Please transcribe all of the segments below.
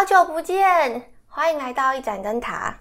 好久不见，欢迎来到一盏灯塔。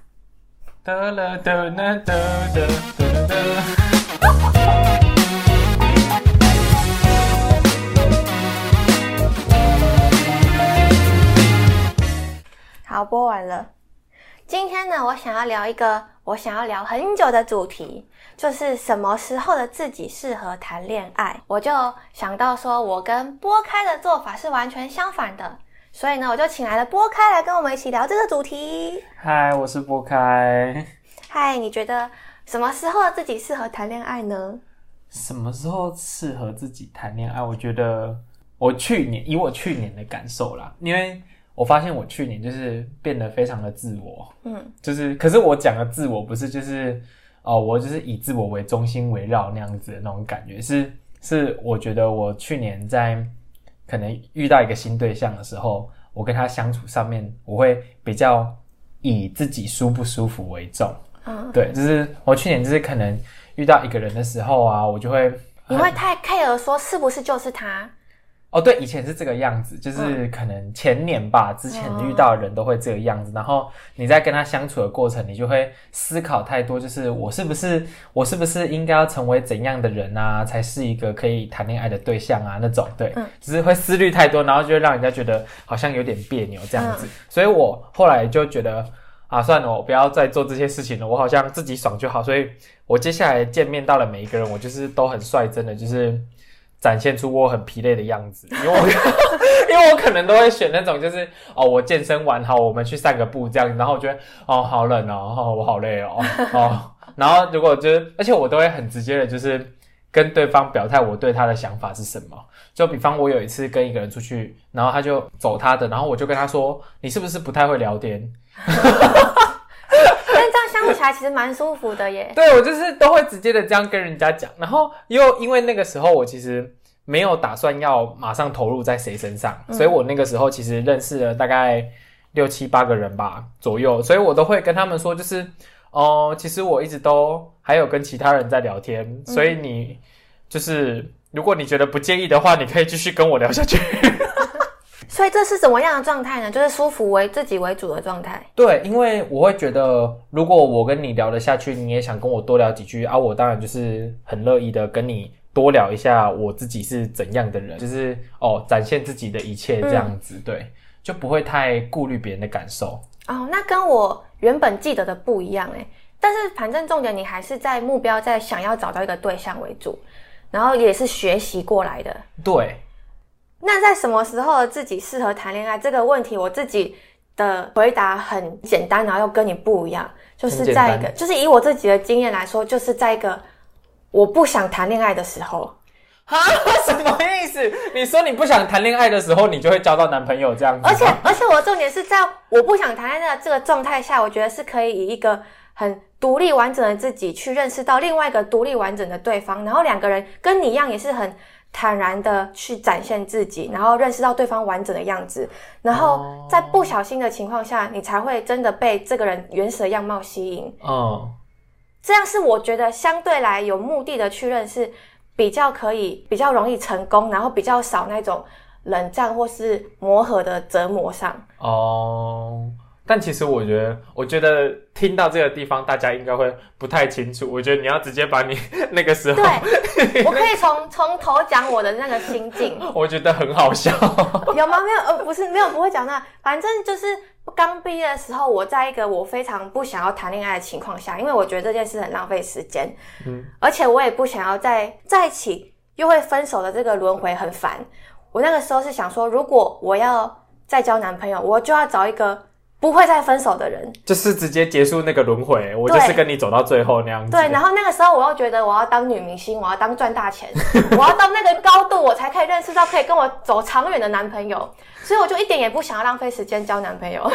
好，播完了。今天呢，我想要聊一个我想要聊很久的主题，就是什么时候的自己适合谈恋爱。我就想到说，我跟波开的做法是完全相反的，所以呢，我就请来了波开来跟我们一起聊这个主题。 嗨，我是波开。 嗨，你觉得什么时候的自己适合谈恋爱呢？ 什么时候适合自己谈恋爱？我觉得以我去年的感受啦，因为我发现我去年就是变得非常的自我，可是我讲的自我不是就是我就是以自我为中心围绕那样子的那种感觉，是我觉得我去年在可能遇到一个新对象的时候，我跟他相处上面，我会比较以自己舒不舒服为重，对，就是我去年就是可能遇到一个人的时候啊，我就会你会太 care 说是不是就是他。 哦，对，以前是这个样子，就是可能前年吧，之前遇到的人都会这个样子，然后你在跟他相处的过程，你就会思考太多，就是我是不是应该要成为怎样的人啊，才是一个可以谈恋爱的对象啊那种，对，只是会思虑太多，然后就会让人家觉得好像有点别扭这样子，所以我后来就觉得算了，我不要再做这些事情了，我好像自己爽就好，所以我接下来见面到了每一个人，我就是都很率真的，就是展现出我很疲累的样子，因为我可能都会选那种就是我健身完好，我们去散个步这样，然后我觉得好冷我好累然后如果就是而且我都会很直接的就是跟对方表态我对他的想法是什么，就比方我有一次跟一个人出去，然后他就走他的，然后我就跟他说你是不是不太会聊天但这样相处起来其实蛮舒服的耶。 对，我就是都会直接的这样跟人家讲，然后又因为那个时候我其实没有打算要马上投入在谁身上，所以我那个时候其实认识了大概6、7、8个人吧左右，所以我都会跟他们说就是其实我一直都还有跟其他人在聊天，所以你就是如果你觉得不介意的话，你可以继续跟我聊下去所以这是什么样的状态呢？就是舒服为自己为主的状态。 对，因为我会觉得如果我跟你聊得下去，你也想跟我多聊几句啊，我当然就是很乐意的跟你多聊一下我自己是怎样的人，就是展现自己的一切这样子，对，就不会太顾虑别人的感受。 那跟我原本记得的不一样耶。但是反正重点你还是在目标在想要找到一个对象为主，然后也是学习过来的。 对。 那在什么时候自己适合谈恋爱这个问题，我自己的回答很简单，然后又跟你不一样，就是在一个，就是以我自己的经验来说，就是在一个我不想谈恋爱的时候。 什么意思？你说你不想谈恋爱的时候，你就会交到男朋友这样子？ 而且我的重点是在我不想谈恋爱的这个状态下，我觉得是可以以一个很独立完整的自己去认识到另外一个独立完整的对方，然后两个人跟你一样也是很坦然的去展现自己，然后认识到对方完整的样子，然后在不小心的情况下，你才会真的被这个人原始的样貌吸引。这样是我觉得相对来有目的的去认识，比较容易成功，然后比较少那种冷战或是磨合的折磨上。 但其实我觉得听到这个地方大家应该会不太清楚，我觉得你要直接把你那个时候对我可以从头讲我的那个心境我觉得很好笑有吗？没有，不会讲那，反正就是刚毕业的时候，我在一个我非常不想要谈恋爱的情况下，因为我觉得这件事很浪费时间，而且我也不想要在一起又会分手的这个轮回很烦。我那个时候是想说，如果我要再交男朋友，我就要找一个不会再分手的人，就是直接结束那个轮回，我就是跟你走到最后那样子。 对，然后那个时候我又觉得我要当女明星，我要当赚大钱我要到那个高度，我才可以认识到可以跟我走长远的男朋友，所以我就一点也不想要浪费时间交男朋友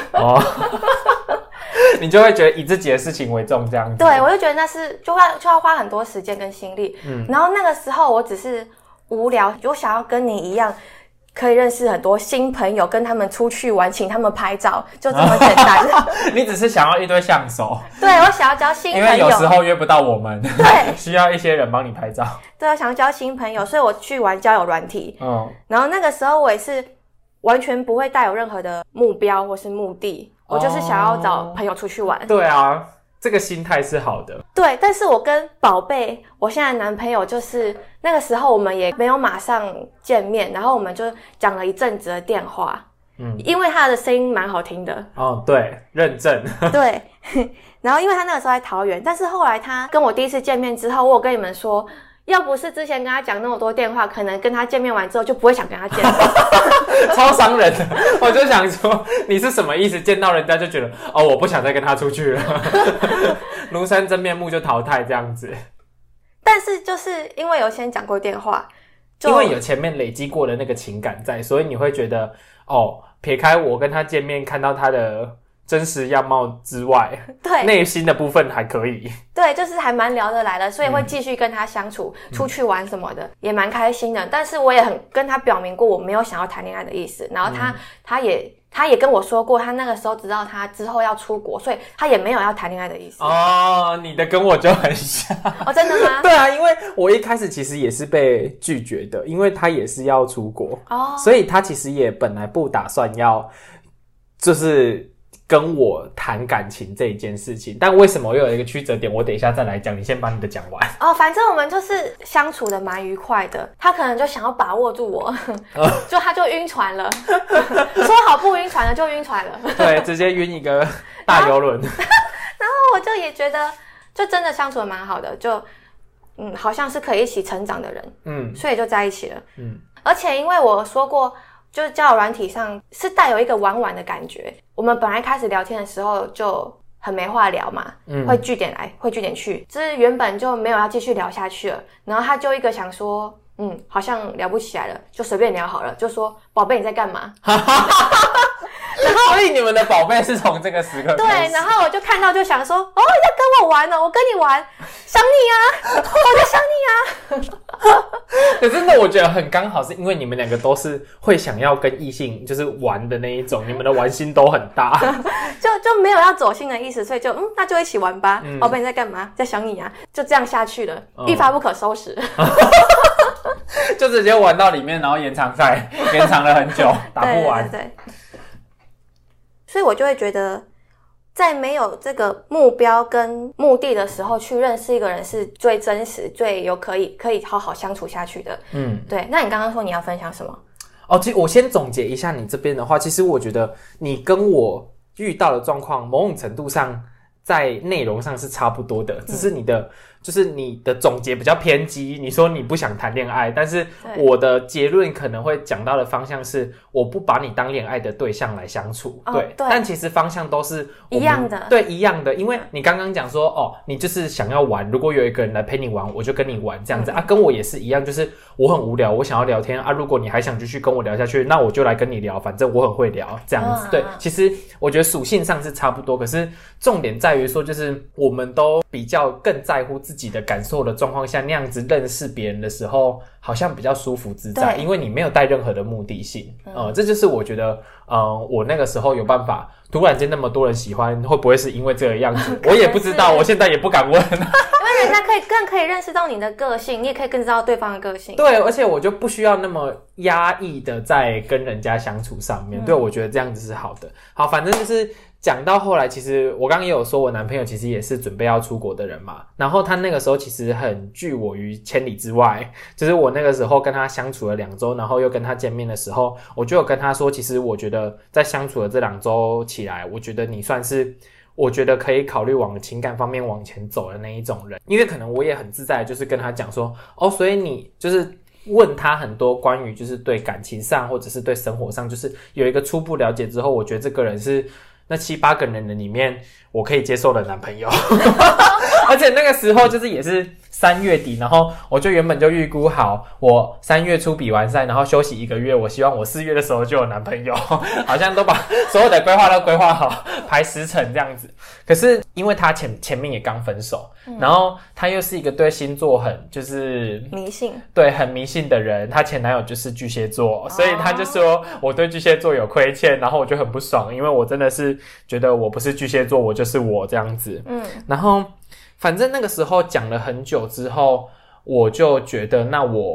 你就会觉得以自己的事情为重这样子。 对，我就觉得那是就要花很多时间跟心力，然后那个时候我只是无聊，就想要跟你一样可以认识很多新朋友，跟他们出去玩，请他们拍照，就这么简单你只是想要一堆相熟。 对，我想要交新朋友， 因为有时候约不到我们， 对， 需要一些人帮你拍照。 对，我想要交新朋友，所以我去玩交友软体。然后那个时候我也是完全不会带有任何的目标或是目的，我就是想要找朋友出去玩。 对啊，这个心态是好的。 对，但是我跟宝贝，我现在的男朋友就是那个时候我们也没有马上见面，然后我们就讲了一阵子的电话。因为他的声音蛮好听的。 哦，对，认证。 对，然后因为他那个时候在桃园，但是后来他跟我第一次见面之后，我有跟你们说，要不是之前跟他讲那么多电话，可能跟他见面完之后就不会想跟他见面。 超伤人的。我就想说你是什么意思，见到人家就觉得哦我不想再跟他出去了。庐山真面目就淘汰这样子。 但是就是因为有先讲过电话， 因为有前面累积过的那个情感在，所以你会觉得哦，撇开我跟他见面看到他的真实样貌之外， 对， 内心的部分还可以。 对，就是还蛮聊得来的，所以会继续跟他相处，出去玩什么的，也蛮开心的。但是我也很跟他表明过我没有想要谈恋爱的意思，然后他也跟我说过，他那个时候知道他之后要出国，所以他也没有要谈恋爱的意思。 哦，你的跟我就很像。 哦，真的吗？ 对啊，因为我一开始其实也是被拒绝的，因为他也是要出国，所以他其实也本来不打算要就是跟我谈感情这一件事情，但为什么我又有一个曲折点，我等一下再来讲，你先把你的讲完。 哦，反正我们就是相处的蛮愉快的，他可能就想要把握住我，就他就晕船了，说好不晕船了就晕船了， 对，直接晕一个大邮轮。 然后我就也觉得，就真的相处的蛮好的，就好像是可以一起成长的人，所以就在一起了，而且因为我说过。就是交友软体上是带有一个玩玩的感觉。我们本来开始聊天的时候就很没话聊嘛，会句点来，会句点去，就是原本就没有要继续聊下去了。然后他就一个想说，好像聊不起来了，就随便聊好了，就说宝贝你在干嘛？ 所以你们的宝贝是从这个时刻开始。 对，然后我就看到就想说，哦，你在跟我玩呢，我跟你玩，想你啊，我在想你啊。 可是那我觉得很刚好，是因为你们两个都是会想要跟异性就是玩的那一种，你们的玩心都很大， 就没有要走心的意思，所以就那就一起玩吧。宝贝你在干嘛？在想你啊，就这样下去了，一发不可收拾。 就直接玩到里面，然后延长赛延长了很久，打不完。 对。所以我就会觉得，在没有这个目标跟目的的时候，去认识一个人是最真实、最有可以好好相处下去的。对。那你刚刚说你要分享什么？ 哦，其实我先总结一下你这边的话，其实我觉得你跟我遇到的状况，某种程度上在内容上是差不多的，只是你的总结比较偏激，你说你不想谈恋爱，但是我的结论可能会讲到的方向是我不把你当恋爱的对象来相处，对，但其实方向都是一样的， 对，一样的，因为你刚刚讲说你就是想要玩，如果有一个人来陪你玩，我就跟你玩这样子跟我也是一样，就是我很无聊，我想要聊天如果你还想继续跟我聊下去，那我就来跟你聊，反正我很会聊这样子，对，其实我觉得属性上是差不多，可是重点在于说就是我们都比较更在乎自己的感受的状况下，那样子认识别人的时候好像比较舒服自在，因为你没有带任何的目的性，这就是我觉得我那个时候有办法突然间那么多人喜欢，会不会是因为这个样子我也不知道，我现在也不敢问。因为人家更可以认识到你的个性，你也可以更知道对方的个性， 对，而且我就不需要那么压抑的在跟人家相处上面，对，我觉得这样子是好的。好，反正就是讲到后来，其实我刚刚也有说我男朋友其实也是准备要出国的人嘛，然后他那个时候其实很拒我于千里之外，就是我那个时候跟他相处了2周，然后又跟他见面的时候，我就有跟他说，其实我觉得在相处的这2周起来，我觉得你算是我觉得可以考虑往情感方面往前走的那一种人，因为可能我也很自在，就是跟他讲说所以你就是问他很多关于就是对感情上或者是对生活上就是有一个初步了解之后，我觉得这个人是那7-8个人里面我可以接受的男朋友。而且那个时候就是也是3月底，然后我就原本就预估好我3月初比完赛，然后休息1个月，我希望我4月的时候就有男朋友，好像都把所有的规划都规划好，排时程这样子。可是因为他前面也刚分手，然后他又是一个对星座很就是迷信， 对，很迷信的人，他前男友就是巨蟹座，所以他就说我对巨蟹座有亏欠，然后我就很不爽，因为我真的是觉得我不是巨蟹座，我就是我这样子。然后反正那个时候讲了很久之后，我就觉得那我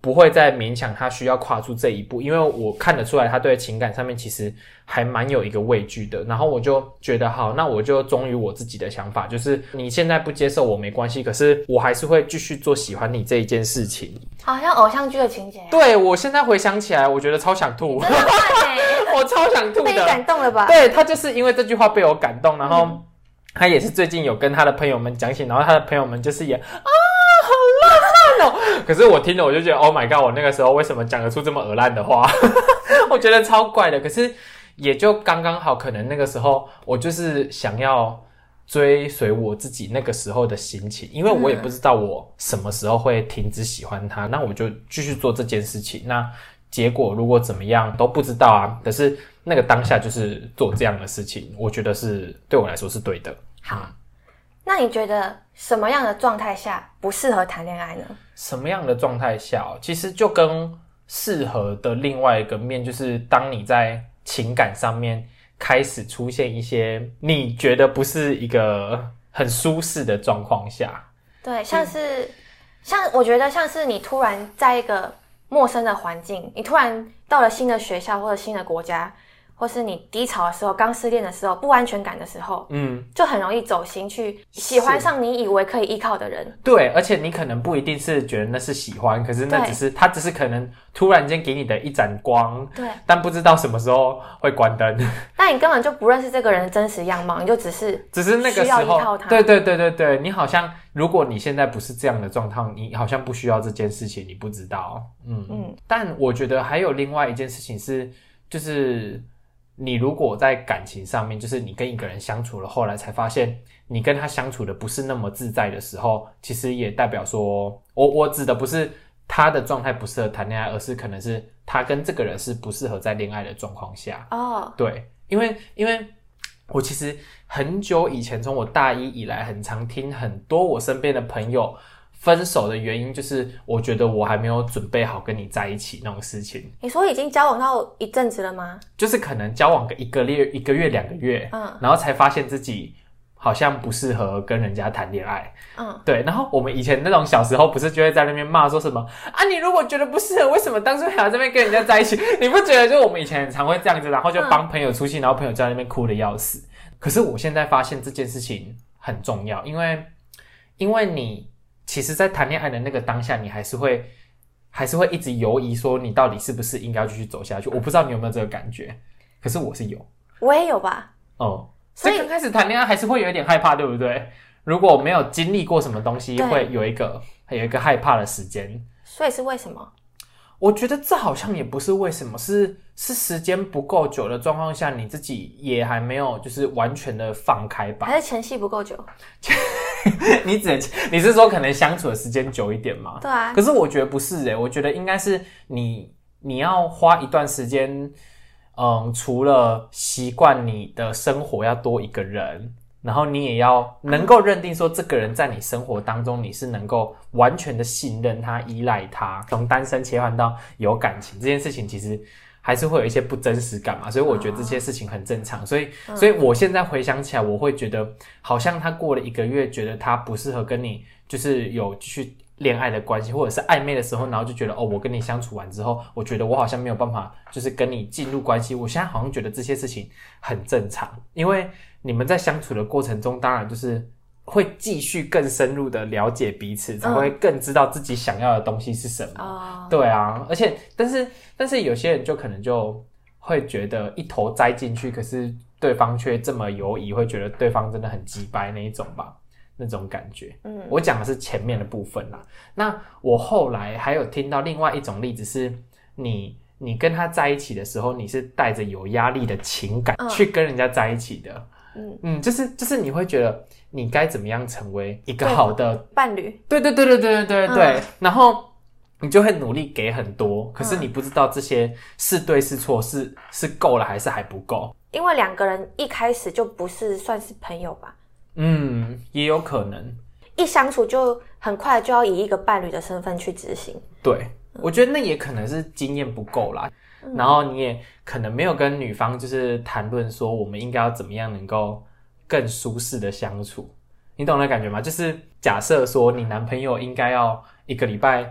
不会再勉强他需要跨出这一步，因为我看得出来他对情感上面其实还蛮有一个畏惧的。然后我就觉得好，那我就忠于我自己的想法，就是你现在不接受我没关系，可是我还是会继续做喜欢你这一件事情。 好像偶像剧的情节啊。 对，我现在回想起来，我觉得超想吐， 真的欸我超想吐的。 被你感动了吧？ 对，他就是因为这句话被我感动，然后他也是最近有跟他的朋友们讲起，然后他的朋友们就是也好烂哦。可是我听了我就觉得 Oh my god， 我那个时候为什么讲得出这么恶烂的话？我觉得超怪的。可是也就刚刚好，可能那个时候我就是想要追随我自己那个时候的心情，因为我也不知道我什么时候会停止喜欢他，那我就继续做这件事情。那结果如果怎么样都不知道啊，可是那个当下就是做这样的事情，我觉得是对我来说是对的。 好，那你觉得什么样的状态下不适合谈恋爱呢？ 什么样的状态下其实就跟适合的另外一个面，就是当你在情感上面开始出现一些你觉得不是一个很舒适的状况下。 对，像我觉得像是你突然在一个陌生的环境，你突然到了新的学校或者新的国家，或是你低潮的时候，刚失恋的时候，不安全感的时候，就很容易走心去喜欢上你以为可以依靠的人。 对，而且你可能不一定是觉得那是喜欢，可是那他只是可能突然间给你的一盏光， 对， 但不知道什么时候会关灯。 但你根本就不认识这个人的真实样貌，你就只是那个时候需要依靠他。 对，你好像如果你现在不是这样的状态，你好像不需要这件事情，你不知道。但我觉得还有另外一件事情是，就是你如果在感情上面，就是你跟一个人相处了，后来才发现你跟他相处的不是那么自在的时候，其实也代表说，我指的不是他的状态不适合谈恋爱，而是可能是他跟这个人是不适合在恋爱的状况下。对，因为我其实很久以前，从我大一以来，很常听很多我身边的朋友分手的原因，就是我觉得我还没有准备好跟你在一起那种事情。 你说已经交往到一阵子了吗？ 就是可能交往个一个月、2个月，然后才发现自己好像不适合跟人家谈恋爱。对。然后我们以前那种小时候，不是就会在那边骂说什么啊？你如果觉得不适合，为什么当初还要在那边跟人家在一起？你不觉得就我们以前很常会这样子，然后就帮朋友出气，然后朋友就在那边哭得要死。可是我现在发现这件事情很重要，因为你其实在谈恋爱的那个当下，你还是会一直犹疑说你到底是不是应该要继续走下去。我不知道你有没有这个感觉，可是我是有。 我也有吧。 所以刚开始谈恋爱还是会有一点害怕，对不对？如果没有经历过什么东西，会有一个害怕的时间。 所以是为什么？ 我觉得这好像也不是为什么，是时间不够久的状况下，你自己也还没有就是完全的放开吧？ 还是前戏不够久？ 你是说可能相处的时间久一点吗？ 对啊。 可是我觉得不是我觉得应该是你要花一段时间，除了习惯你的生活要多一个人，然后你也要能够认定说这个人在你生活当中你是能够完全的信任他、依赖他。从单身切换到有感情这件事情，其实还是会有一些不真实感嘛，所以我觉得这些事情很正常。所以我现在回想起来，我会觉得好像他过了1个月，觉得他不适合跟你就是有继续恋爱的关系，或者是暧昧的时候，然后就觉得我跟你相处完之后，我觉得我好像没有办法就是跟你进入关系。我现在好像觉得这些事情很正常，因为你们在相处的过程中，当然就是会继续更深入的了解彼此，才会更知道自己想要的东西是什么。对啊，而且但是有些人就可能就会觉得一头栽进去，可是对方却这么犹疑，会觉得对方真的很鸡掰那一种吧，那种感觉。我讲的是前面的部分啦。那我后来还有听到另外一种例子是，你跟他在一起的时候，你是带着有压力的情感去跟人家在一起的。就是你会觉得你该怎么样成为一个好的伴侣。 对，然后你就会努力给很多，可是你不知道这些是对是错，是够了还是还不够。 因为2个人一开始就不是算是朋友吧。 也有可能一相处就很快就要以一个伴侣的身份去执行。 对，我觉得那也可能是经验不够啦。然后你也可能没有跟女方就是谈论说我们应该要怎么样能够更舒适的相处，你懂那感觉吗？就是假设说你男朋友应该要1个礼拜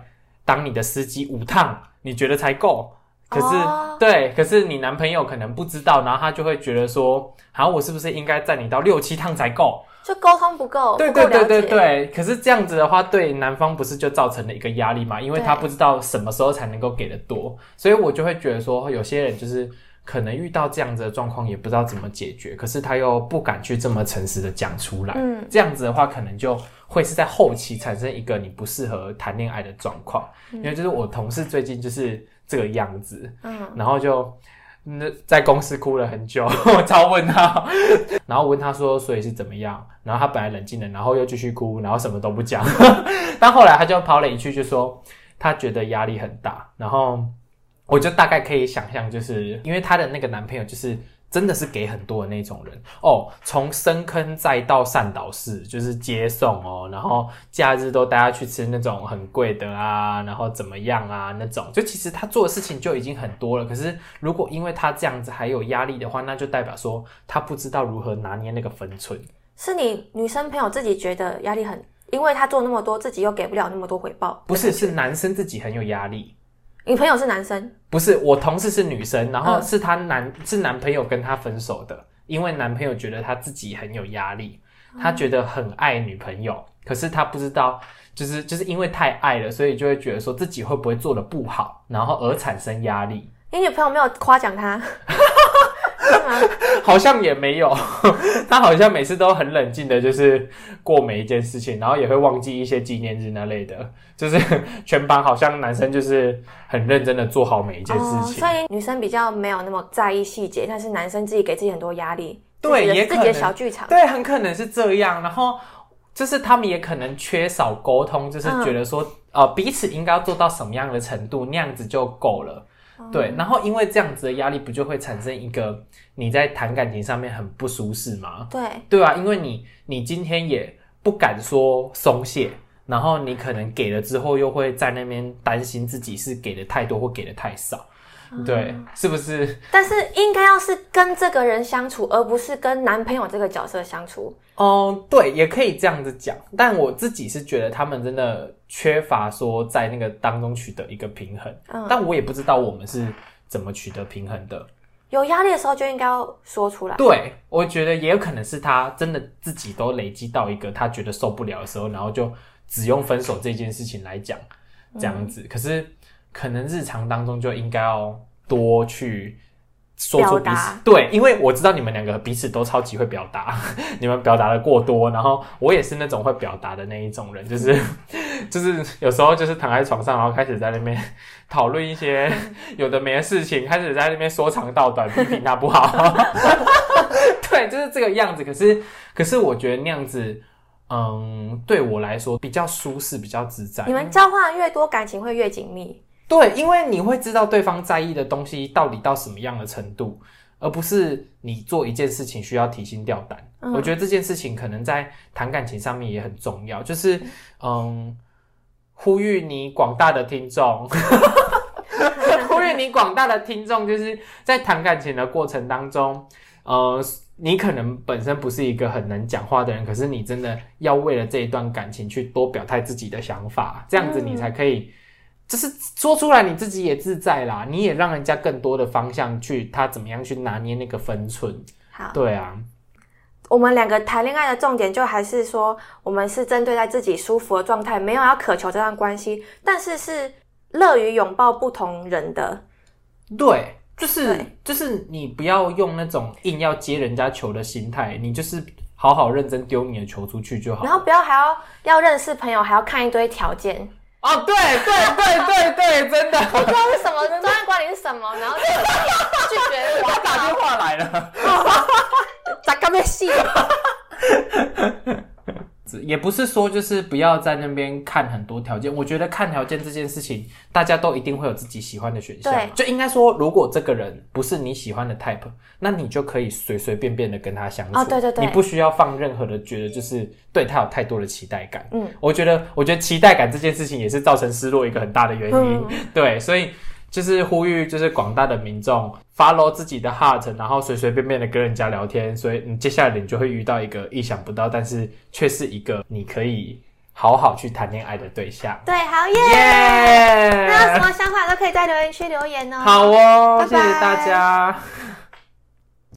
当你的司机5趟，你觉得才够。可是、对，可是你男朋友可能不知道，然后他就会觉得说，好，我是不是应该载你到6、7趟才够？ 就沟通不够， 对对对对对。可是这样子的话，对男方不是就造成了一个压力嘛？因为他不知道什么时候才能够给的多，所以我就会觉得说，有些人就是可能遇到这样子的状况，也不知道怎么解决，可是他又不敢去这么诚实的讲出来。这样子的话，可能就会是在后期产生一个你不适合谈恋爱的状况。因为就是我同事最近就是这个样子，然后就在公司哭了很久，我超问他，然后问他说所以是怎么样，然后他本来冷静了，然后又继续哭，然后什么都不讲，但后来他就抛了一句就说他觉得压力很大，然后我就大概可以想象，就是因为她的那个男朋友就是真的是给很多的那种人哦，从深坑再到善导市就是接送哦，然后假日都带他去吃那种很贵的啊，然后怎么样啊那种，就其实他做的事情就已经很多了。可是如果因为他这样子还有压力的话，那就代表说他不知道如何拿捏那个分寸。 是你女生朋友自己觉得压力很，因为他做那么多，自己又给不了那么多回报。 不是，是男生自己很有压力。 你朋友是男生？ 不是，我同事是女生，然后是是男朋友跟她分手的，因为男朋友觉得他自己很有压力，他觉得很爱女朋友，可是他不知道，就是因为太爱了，所以就会觉得说自己会不会做得不好，然后而产生压力。 你女朋友没有夸奖他？ 好像也没有，他好像每次都很冷静的，就是过每一件事情，然后也会忘记一些纪念日那类的，就是全班好像男生就是很认真的做好每一件事情。 所以女生比较没有那么在意细节，但是男生自己给自己很多压力， 对，也可能自己的小剧场， 对，很可能是这样。然后就是他们也可能缺少沟通，就是觉得说，彼此应该要做到什么样的程度，那样子就够了。对，然后因为这样子的压力，不就会产生一个你在谈感情上面很不舒适吗？对啊，因为你今天也不敢说松懈，然后你可能给了之后，又会在那边担心自己是给的太多或给的太少。对，是不是？ 但是应该要是跟这个人相处，而不是跟男朋友这个角色相处。 对，也可以这样子讲，但我自己是觉得他们真的缺乏说在那个当中取得一个平衡，但我也不知道我们是怎么取得平衡的。 有压力的时候就应该要说出来。 对，我觉得也有可能是他真的自己都累积到一个他觉得受不了的时候，然后就只用分手这件事情来讲这样子。可是可能日常当中就应该要多去说出彼此，对，因为我知道你们两个彼此都超级会表达，你们表达的过多，然后我也是那种会表达的那一种人，就是有时候就是躺在床上，然后开始在那边讨论一些有的没的事情，开始在那边说长道短，批评他不好，对，就是这个样子。可是我觉得那样子，对我来说比较舒适，比较自在。 你们交换越多，感情会越紧密。 对，因为你会知道对方在意的东西到底到什么样的程度，而不是你做一件事情需要提心吊胆。我觉得这件事情可能在谈感情上面也很重要，就是呼吁你广大的听众呼吁你广大的听众，就是在谈感情的过程当中，你可能本身不是一个很能讲话的人，可是你真的要为了这一段感情去多表态自己的想法，这样子你才可以就是说出来，你自己也自在啦，你也让人家更多的方向去他怎么样去拿捏那个分寸。 好， 对啊， 我们两个谈恋爱的重点就还是说，我们是针对在自己舒服的状态，没有要渴求这段关系，但是是乐于拥抱不同人的。 对，就是你不要用那种硬要接人家球的心态，你就是好好认真丢你的球出去就好， 然后不要还要认识朋友，还要看一堆条件。 对，真的， 我知道是什么，专业管理是什么，然后拒绝我打电话来了， 咋个被戏？ 也不是说就是不要在那边看很多条件，我觉得看条件这件事情，大家都一定会有自己喜欢的选项。对，就应该说，如果这个人不是你喜欢的 type， 那你就可以随随便便的跟他相处。对，你不需要放任何的觉得就是对他有太多的期待感。我觉得期待感这件事情也是造成失落一个很大的原因。对，所以就是呼吁，就是广大的民众 follow 自己的 heart， 然后随随便便的跟人家聊天，所以你接下来你就会遇到一个意想不到，但是却是一个你可以好好去谈恋爱的对象。 对，好耶！ 耶！ 那有什么想法都可以在留言区留言哦。 好哦， 拜拜谢谢大家。